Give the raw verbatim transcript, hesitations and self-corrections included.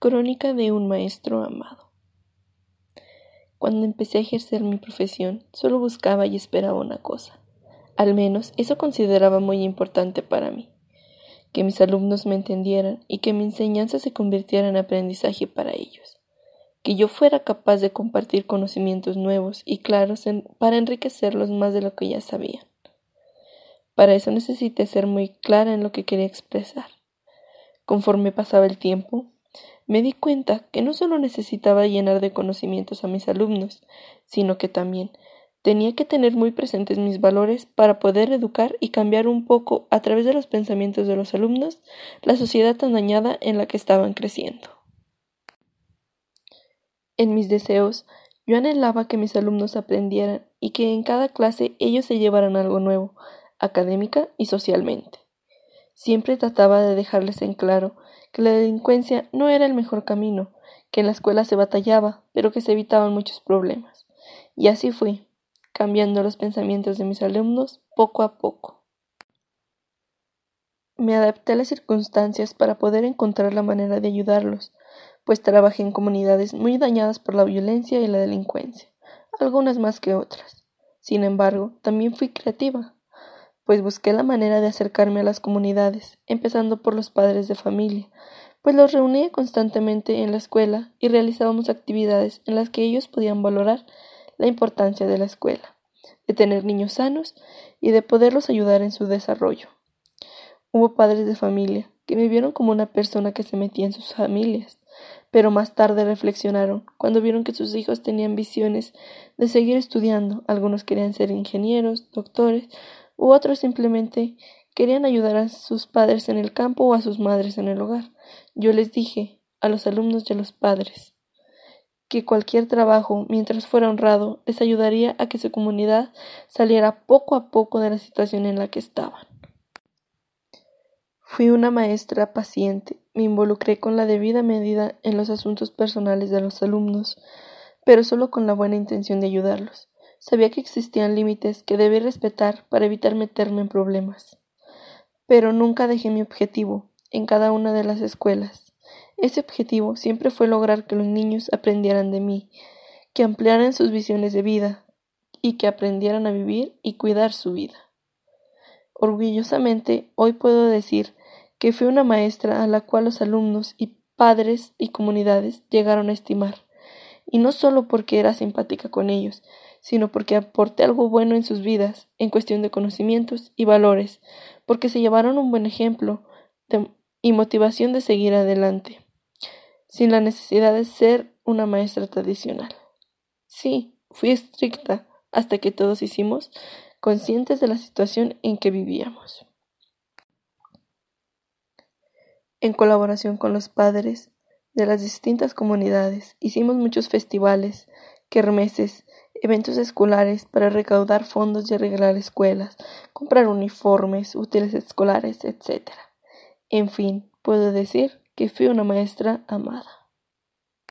Crónica de un maestro amado. Cuando empecé a ejercer mi profesión, solo buscaba y esperaba una cosa. Al menos eso consideraba muy importante para mí. Que mis alumnos me entendieran y que mi enseñanza se convirtiera en aprendizaje para ellos. Que yo fuera capaz de compartir conocimientos nuevos y claros en, para enriquecerlos más de lo que ya sabían. Para eso necesité ser muy clara en lo que quería expresar. Conforme pasaba el tiempo, me di cuenta que no solo necesitaba llenar de conocimientos a mis alumnos, sino que también tenía que tener muy presentes mis valores para poder educar y cambiar un poco, a través de los pensamientos de los alumnos, la sociedad tan dañada en la que estaban creciendo. En mis deseos, yo anhelaba que mis alumnos aprendieran y que en cada clase ellos se llevaran algo nuevo, académica y socialmente. Siempre trataba de dejarles en claro que la delincuencia no era el mejor camino, que en la escuela se batallaba, pero que se evitaban muchos problemas. Y así fui, cambiando los pensamientos de mis alumnos poco a poco. Me adapté a las circunstancias para poder encontrar la manera de ayudarlos, pues trabajé en comunidades muy dañadas por la violencia y la delincuencia, algunas más que otras. Sin embargo, también fui creativa, pues busqué la manera de acercarme a las comunidades, empezando por los padres de familia, pues los reunía constantemente en la escuela y realizábamos actividades en las que ellos podían valorar la importancia de la escuela, de tener niños sanos y de poderlos ayudar en su desarrollo. Hubo padres de familia que me vieron como una persona que se metía en sus familias, pero más tarde reflexionaron cuando vieron que sus hijos tenían visiones de seguir estudiando. Algunos querían ser ingenieros, doctores, u otros simplemente querían ayudar a sus padres en el campo o a sus madres en el hogar. Yo les dije, a los alumnos y a los padres, que cualquier trabajo, mientras fuera honrado, les ayudaría a que su comunidad saliera poco a poco de la situación en la que estaban. Fui una maestra paciente, me involucré con la debida medida en los asuntos personales de los alumnos, pero solo con la buena intención de ayudarlos. Sabía que existían límites que debí respetar para evitar meterme en problemas. Pero nunca dejé mi objetivo en cada una de las escuelas. Ese objetivo siempre fue lograr que los niños aprendieran de mí, que ampliaran sus visiones de vida y que aprendieran a vivir y cuidar su vida. Orgullosamente, hoy puedo decir que fui una maestra a la cual los alumnos y padres y comunidades llegaron a estimar, y no solo porque era simpática con ellos, sino porque aporté algo bueno en sus vidas, en cuestión de conocimientos y valores, porque se llevaron un buen ejemplo de, y motivación de seguir adelante, sin la necesidad de ser una maestra tradicional. Sí, fui estricta hasta que todos hicimos conscientes de la situación en que vivíamos. En colaboración con los padres de las distintas comunidades, hicimos muchos festivales, kermeses, eventos escolares para recaudar fondos y arreglar escuelas, comprar uniformes, útiles escolares, etcétera. En fin, puedo decir que fui una maestra amada.